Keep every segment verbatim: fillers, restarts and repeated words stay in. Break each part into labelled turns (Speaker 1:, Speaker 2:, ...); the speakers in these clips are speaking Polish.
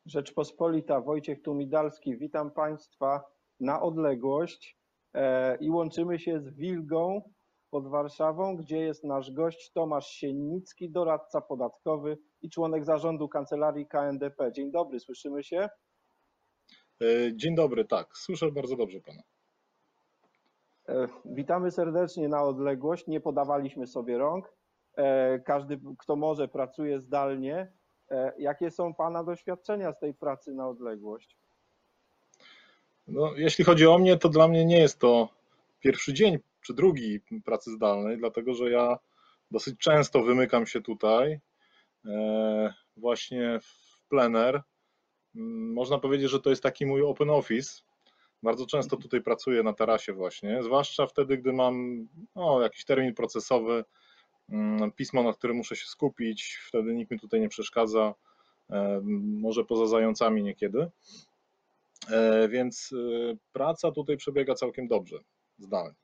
Speaker 1: Rzeczpospolita, Wojciech Tumidalski, witam Państwa na odległość e, i łączymy się z Wilgą pod Warszawą, gdzie jest nasz gość Tomasz Siennicki, doradca podatkowy i członek zarządu Kancelarii K N D P. Dzień dobry, słyszymy się?
Speaker 2: Dzień dobry, tak, słyszę bardzo dobrze Pana.
Speaker 1: E, witamy serdecznie na odległość, nie podawaliśmy sobie rąk. E, każdy, kto może, pracuje zdalnie. Jakie są Pana doświadczenia z tej pracy na odległość?
Speaker 2: No, jeśli chodzi o mnie, to dla mnie nie jest to pierwszy dzień czy drugi pracy zdalnej, dlatego że ja dosyć często wymykam się tutaj właśnie w plener. Można powiedzieć, że to jest taki mój open office. Bardzo często tutaj pracuję na tarasie właśnie, zwłaszcza wtedy, gdy mam no, jakiś termin procesowy, pismo, na którym muszę się skupić, wtedy nikt mi tutaj nie przeszkadza, może poza zającami niekiedy, więc praca tutaj przebiega całkiem dobrze, zdalnie.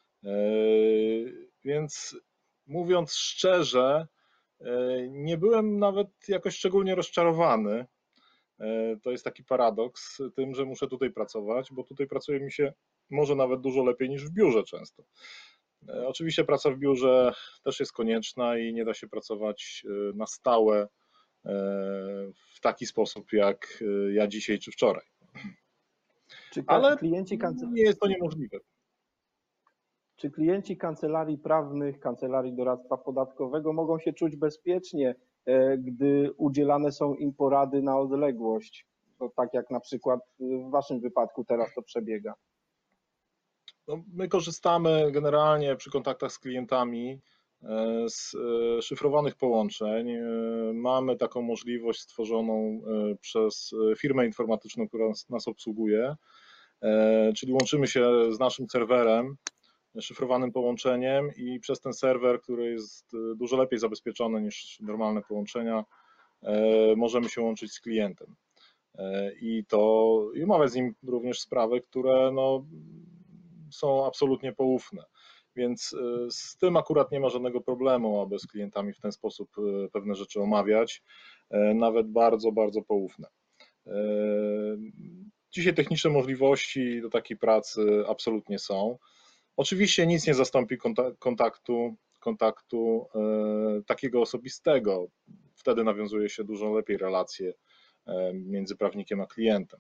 Speaker 2: Więc mówiąc szczerze, nie byłem nawet jakoś szczególnie rozczarowany. To jest taki paradoks tym, że muszę tutaj pracować, bo tutaj pracuje mi się może nawet dużo lepiej niż w biurze często. Oczywiście praca w biurze też jest konieczna i nie da się pracować na stałe w taki sposób jak ja dzisiaj czy wczoraj.
Speaker 1: Czy
Speaker 2: Ale
Speaker 1: klienci
Speaker 2: nie jest to niemożliwe.
Speaker 1: Czy klienci kancelarii prawnych, kancelarii doradztwa podatkowego mogą się czuć bezpiecznie, gdy udzielane są im porady na odległość? To tak jak na przykład w Waszym wypadku teraz to przebiega.
Speaker 2: No, my korzystamy generalnie przy kontaktach z klientami z szyfrowanych połączeń. Mamy taką możliwość stworzoną przez firmę informatyczną, która nas obsługuje, czyli łączymy się z naszym serwerem, szyfrowanym połączeniem i przez ten serwer, który jest dużo lepiej zabezpieczony niż normalne połączenia, możemy się łączyć z klientem i to i omawiać z nim również sprawy, które no, są absolutnie poufne. Więc z tym akurat nie ma żadnego problemu, aby z klientami w ten sposób pewne rzeczy omawiać, nawet bardzo, bardzo poufne. Dzisiaj techniczne możliwości do takiej pracy absolutnie są. Oczywiście nic nie zastąpi kontaktu, kontaktu takiego osobistego. Wtedy nawiązuje się dużo lepiej relacje między prawnikiem a klientem.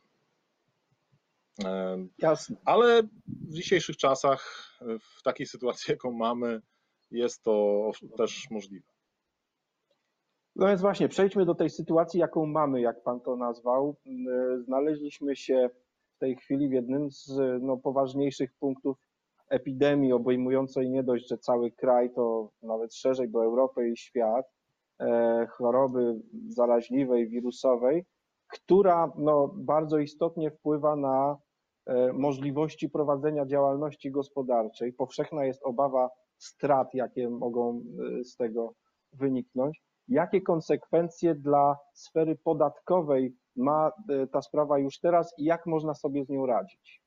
Speaker 1: Jasne.
Speaker 2: Ale w dzisiejszych czasach, w takiej sytuacji, jaką mamy, jest to też możliwe.
Speaker 1: No więc właśnie, przejdźmy do tej sytuacji, jaką mamy, jak Pan to nazwał. Znaleźliśmy się w tej chwili w jednym z no, poważniejszych punktów epidemii, obejmującej nie dość, że cały kraj, to nawet szerzej, bo Europę i świat, choroby zaraźliwej, wirusowej, która no, bardzo istotnie wpływa na możliwości prowadzenia działalności gospodarczej. Powszechna jest obawa strat, jakie mogą z tego wyniknąć. Jakie konsekwencje dla sfery podatkowej ma ta sprawa już teraz i jak można sobie z nią radzić?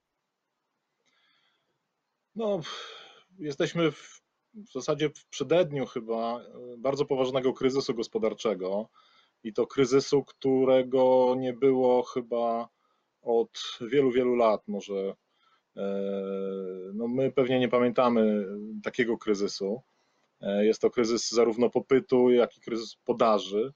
Speaker 2: No, jesteśmy w, w zasadzie w przededniu chyba bardzo poważnego kryzysu gospodarczego i to kryzysu, którego nie było chyba od wielu, wielu lat. Może no my pewnie nie pamiętamy takiego kryzysu. Jest to kryzys zarówno popytu, jak i kryzys podaży,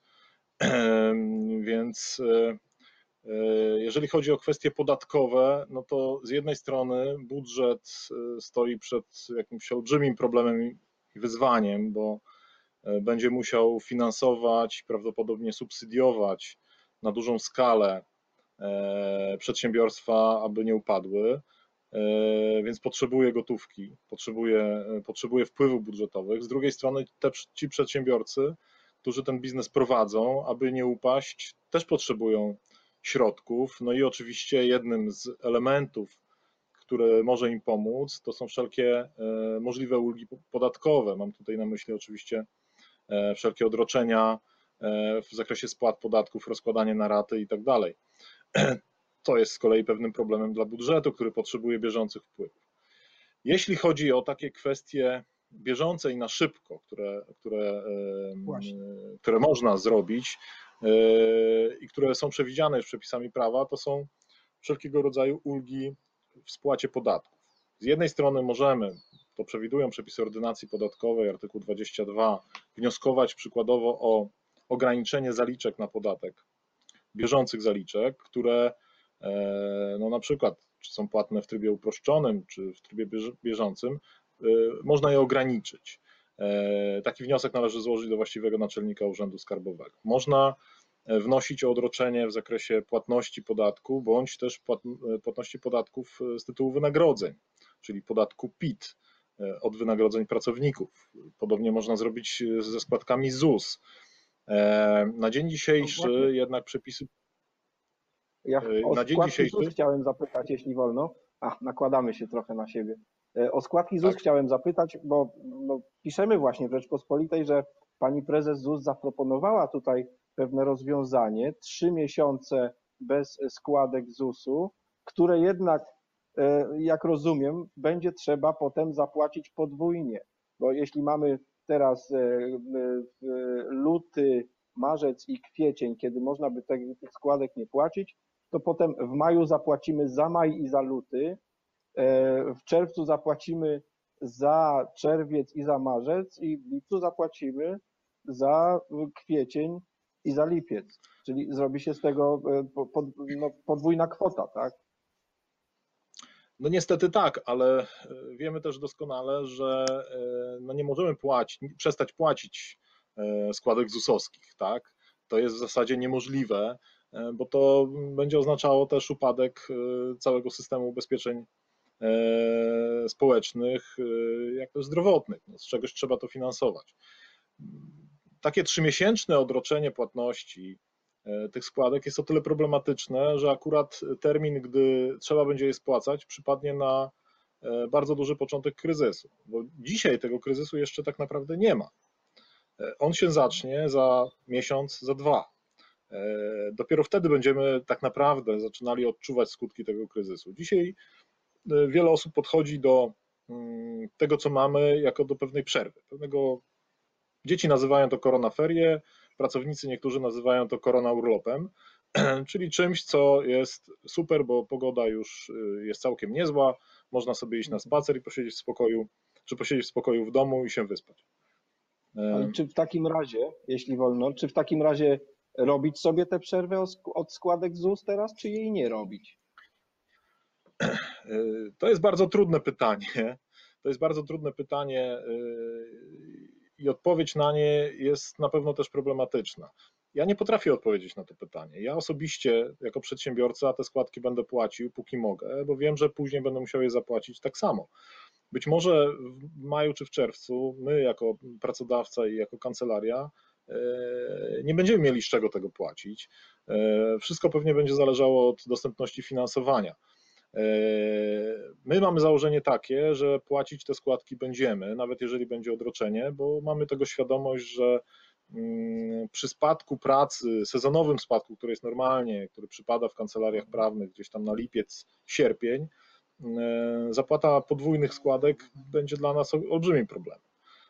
Speaker 2: więc jeżeli chodzi o kwestie podatkowe, no to z jednej strony budżet stoi przed jakimś olbrzymim problemem i wyzwaniem, bo będzie musiał finansować, prawdopodobnie subsydiować na dużą skalę przedsiębiorstwa, aby nie upadły, więc potrzebuje gotówki, potrzebuje, potrzebuje wpływów budżetowych. Z drugiej strony te, ci przedsiębiorcy, którzy ten biznes prowadzą, aby nie upaść, też potrzebują środków. No i oczywiście jednym z elementów, który może im pomóc, to są wszelkie możliwe ulgi podatkowe. Mam tutaj na myśli oczywiście wszelkie odroczenia w zakresie spłat podatków, rozkładanie na raty i tak dalej. To jest z kolei pewnym problemem dla budżetu, który potrzebuje bieżących wpływów. Jeśli chodzi o takie kwestie bieżące i na szybko, które, które, które można zrobić, i które są przewidziane już przepisami prawa, to są wszelkiego rodzaju ulgi w spłacie podatków. Z jednej strony możemy, to przewidują przepisy ordynacji podatkowej, artykuł dwadzieścia dwa, wnioskować przykładowo o ograniczenie zaliczek na podatek, bieżących zaliczek, które no na przykład czy są płatne w trybie uproszczonym, czy w trybie bieżącym, można je ograniczyć. Taki wniosek należy złożyć do właściwego naczelnika Urzędu Skarbowego. Można wnosić o odroczenie w zakresie płatności podatku, bądź też płatności podatków z tytułu wynagrodzeń, czyli podatku P I T od wynagrodzeń pracowników. Podobnie można zrobić ze składkami Z U S. Na dzień dzisiejszy jednak przepisy...
Speaker 1: Ja o na dzień dzisiejszy... Z U S chciałem zapytać, jeśli wolno. A, nakładamy się trochę na siebie. O składki Z U S tak. Chciałem zapytać, bo no, piszemy właśnie w Rzeczpospolitej, że pani prezes Z U S zaproponowała tutaj pewne rozwiązanie, trzy miesiące bez składek Z U S u, które jednak, jak rozumiem, będzie trzeba potem zapłacić podwójnie, bo jeśli mamy teraz luty, marzec i kwiecień, kiedy można by tych składek nie płacić, to potem w maju zapłacimy za maj i za luty, w czerwcu zapłacimy za czerwiec i za marzec i w lipcu zapłacimy za kwiecień i za lipiec, czyli zrobi się z tego pod, no, podwójna kwota, tak?
Speaker 2: No niestety tak, ale wiemy też doskonale, że no nie możemy płacić, przestać płacić składek Z U S owskich, tak? To jest w zasadzie niemożliwe, bo to będzie oznaczało też upadek całego systemu ubezpieczeń społecznych, jak też zdrowotnych. No, z czegoś trzeba to finansować. Takie trzymiesięczne odroczenie płatności tych składek jest o tyle problematyczne, że akurat termin, gdy trzeba będzie je spłacać, przypadnie na bardzo duży początek kryzysu, bo dzisiaj tego kryzysu jeszcze tak naprawdę nie ma. On się zacznie za miesiąc, za dwa. Dopiero wtedy będziemy tak naprawdę zaczynali odczuwać skutki tego kryzysu. Dzisiaj wiele osób podchodzi do tego, co mamy, jako do pewnej przerwy, pewnego... Dzieci nazywają to koronaferie, pracownicy niektórzy nazywają to korona urlopem, czyli czymś, co jest super, bo pogoda już jest całkiem niezła, można sobie iść na spacer i posiedzieć w spokoju, czy posiedzieć w spokoju w domu i się wyspać.
Speaker 1: Ale czy w takim razie, jeśli wolno, czy w takim razie robić sobie tę przerwę od składek Z U S teraz, czy jej nie robić?
Speaker 2: To jest bardzo trudne pytanie. To jest bardzo trudne pytanie i odpowiedź na nie jest na pewno też problematyczna. Ja nie potrafię odpowiedzieć na to pytanie. Ja osobiście jako przedsiębiorca te składki będę płacił, póki mogę, bo wiem, że później będę musiał je zapłacić tak samo. Być może w maju czy w czerwcu my jako pracodawca i jako kancelaria nie będziemy mieli z czego tego płacić. Wszystko pewnie będzie zależało od dostępności finansowania. My mamy założenie takie, że płacić te składki będziemy, nawet jeżeli będzie odroczenie, bo mamy tego świadomość, że przy spadku pracy, sezonowym spadku, który jest normalnie, który przypada w kancelariach prawnych gdzieś tam na lipiec, sierpień, zapłata podwójnych składek będzie dla nas olbrzymim problemem.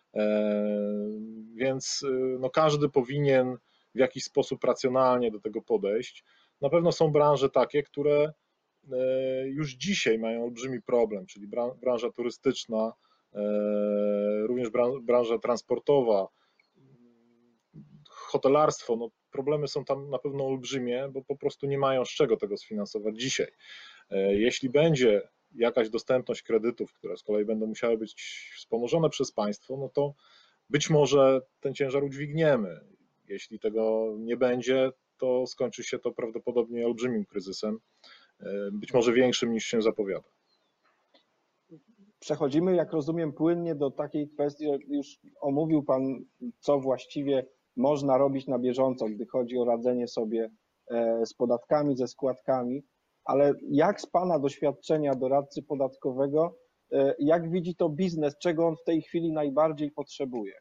Speaker 2: Więc no, każdy powinien w jakiś sposób racjonalnie do tego podejść. Na pewno są branże takie, które już dzisiaj mają olbrzymi problem, czyli branża turystyczna, również branża transportowa, hotelarstwo. No, problemy są tam na pewno olbrzymie, bo po prostu nie mają z czego tego sfinansować dzisiaj. Jeśli będzie jakaś dostępność kredytów, które z kolei będą musiały być wspomożone przez państwo, no to być może ten ciężar udźwigniemy. Jeśli tego nie będzie, to skończy się to prawdopodobnie olbrzymim kryzysem, być może większym niż się zapowiada.
Speaker 1: Przechodzimy, jak rozumiem, płynnie do takiej kwestii, że już omówił Pan, co właściwie można robić na bieżąco, gdy chodzi o radzenie sobie z podatkami, ze składkami, ale jak z Pana doświadczenia doradcy podatkowego, jak widzi to biznes, czego on w tej chwili najbardziej potrzebuje?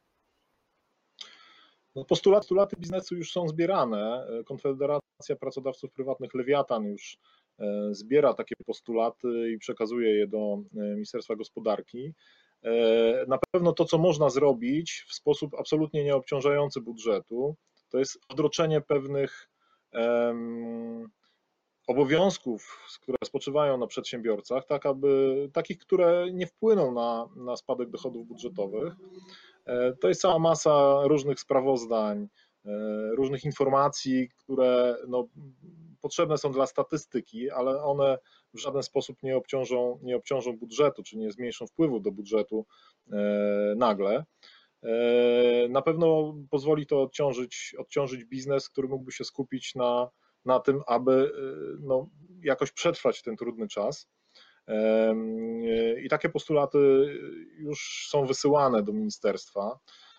Speaker 2: No, postulaty, postulaty biznesu już są zbierane. Konfederacja Pracodawców Prywatnych Lewiatan już zbiera takie postulaty i przekazuje je do Ministerstwa Gospodarki. Na pewno to, co można zrobić w sposób absolutnie nieobciążający budżetu, to jest odroczenie pewnych um, obowiązków, które spoczywają na przedsiębiorcach, tak aby takich, które nie wpłyną na, na spadek dochodów budżetowych. To jest cała masa różnych sprawozdań, różnych informacji, które no, potrzebne są dla statystyki, ale one w żaden sposób nie obciążą, nie obciążą budżetu, czy nie zmniejszą wpływu do budżetu nagle. Na pewno pozwoli to odciążyć, odciążyć biznes, który mógłby się skupić na, na tym, aby no, jakoś przetrwać ten trudny czas. I takie postulaty już są wysyłane do ministerstwa.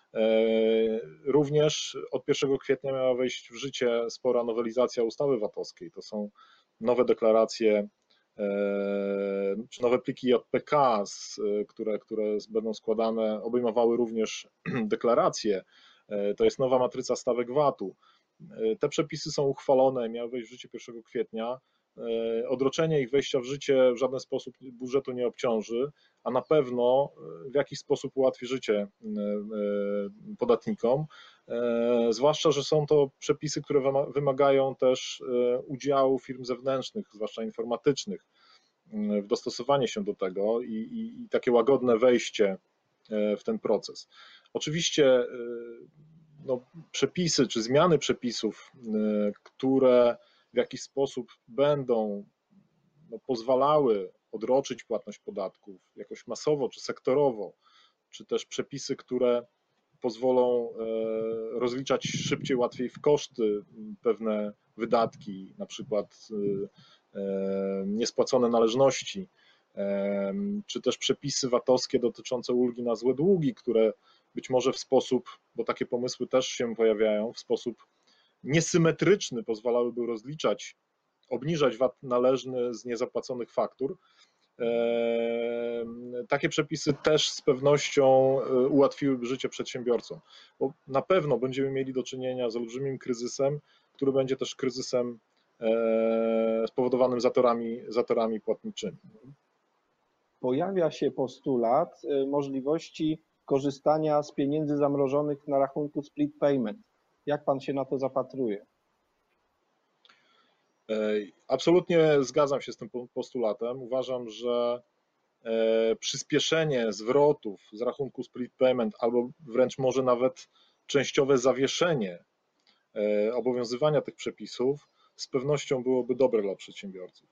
Speaker 2: Również od pierwszego kwietnia miała wejść w życie spora nowelizacja ustawy VAT-owskiej. To są nowe deklaracje, czy nowe pliki J P K, które, które będą składane, obejmowały również deklaracje. To jest nowa matryca stawek VAT-u. Te przepisy są uchwalone, miały wejść w życie pierwszego kwietnia. Odroczenie ich wejścia w życie w żaden sposób budżetu nie obciąży, a na pewno w jakiś sposób ułatwi życie podatnikom, zwłaszcza że są to przepisy, które wymagają też udziału firm zewnętrznych, zwłaszcza informatycznych, w dostosowaniu się do tego i, i, i takie łagodne wejście w ten proces. Oczywiście no, przepisy czy zmiany przepisów, które w jakiś sposób będą no, pozwalały odroczyć płatność podatków jakoś masowo czy sektorowo, czy też przepisy, które pozwolą rozliczać szybciej, łatwiej w koszty pewne wydatki, na przykład niespłacone należności, czy też przepisy VAT-owskie dotyczące ulgi na złe długi, które być może w sposób, bo takie pomysły też się pojawiają, w sposób niesymetryczny pozwalałyby rozliczać, obniżać V A T należny z niezapłaconych faktur. Takie przepisy też z pewnością ułatwiłyby życie przedsiębiorcom, bo na pewno będziemy mieli do czynienia z olbrzymim kryzysem, który będzie też kryzysem spowodowanym zatorami, zatorami płatniczymi.
Speaker 1: Pojawia się postulat możliwości korzystania z pieniędzy zamrożonych na rachunku split payment. Jak pan się na to zapatruje?
Speaker 2: Absolutnie zgadzam się z tym postulatem. Uważam, że przyspieszenie zwrotów z rachunku split payment albo wręcz może nawet częściowe zawieszenie obowiązywania tych przepisów z pewnością byłoby dobre dla przedsiębiorców.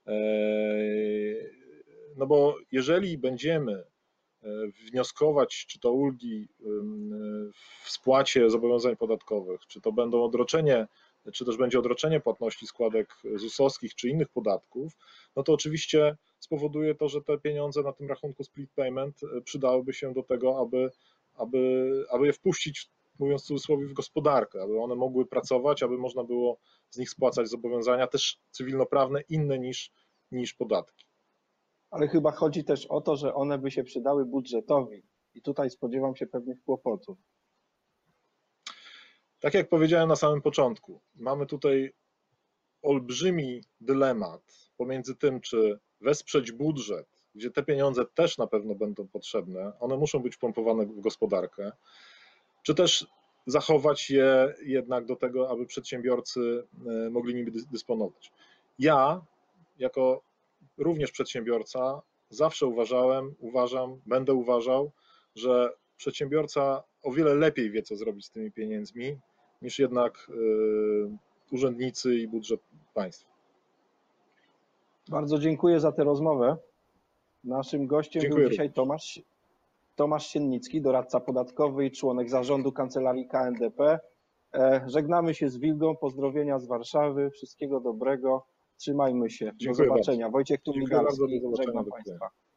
Speaker 2: No bo jeżeli będziemy wnioskować, czy to ulgi w spłacie zobowiązań podatkowych, czy to będą odroczenie, czy też będzie odroczenie płatności składek ZUS-owskich, czy innych podatków, no to oczywiście spowoduje to, że te pieniądze na tym rachunku split payment przydałyby się do tego, aby, aby, aby je wpuścić, mówiąc w cudzysłowie, w gospodarkę, aby one mogły pracować, aby można było z nich spłacać zobowiązania też cywilnoprawne inne niż, niż podatki.
Speaker 1: Ale chyba chodzi też o to, że one by się przydały budżetowi i tutaj spodziewam się pewnych kłopotów.
Speaker 2: Tak jak powiedziałem na samym początku, mamy tutaj olbrzymi dylemat pomiędzy tym, czy wesprzeć budżet, gdzie te pieniądze też na pewno będą potrzebne, one muszą być wpompowane w gospodarkę, czy też zachować je jednak do tego, aby przedsiębiorcy mogli nimi dysponować. Ja, jako również przedsiębiorca, zawsze uważałem, uważam, będę uważał, że przedsiębiorca o wiele lepiej wie, co zrobić z tymi pieniędzmi, niż jednak urzędnicy i budżet państwa.
Speaker 1: Bardzo dziękuję za tę rozmowę. Naszym gościem
Speaker 2: Dziękuję
Speaker 1: był dzisiaj Tomasz, Tomasz Siennicki, doradca podatkowy i członek zarządu Kancelarii K N D P. Żegnamy się z Wilgą, pozdrowienia z Warszawy, wszystkiego dobrego, trzymajmy się,
Speaker 2: Dziękuję
Speaker 1: do zobaczenia.
Speaker 2: Bardzo.
Speaker 1: Wojciech
Speaker 2: Dziękuję bardzo,
Speaker 1: Tumigalski,
Speaker 2: do zobaczenia,
Speaker 1: żegnam
Speaker 2: do
Speaker 1: Państwa.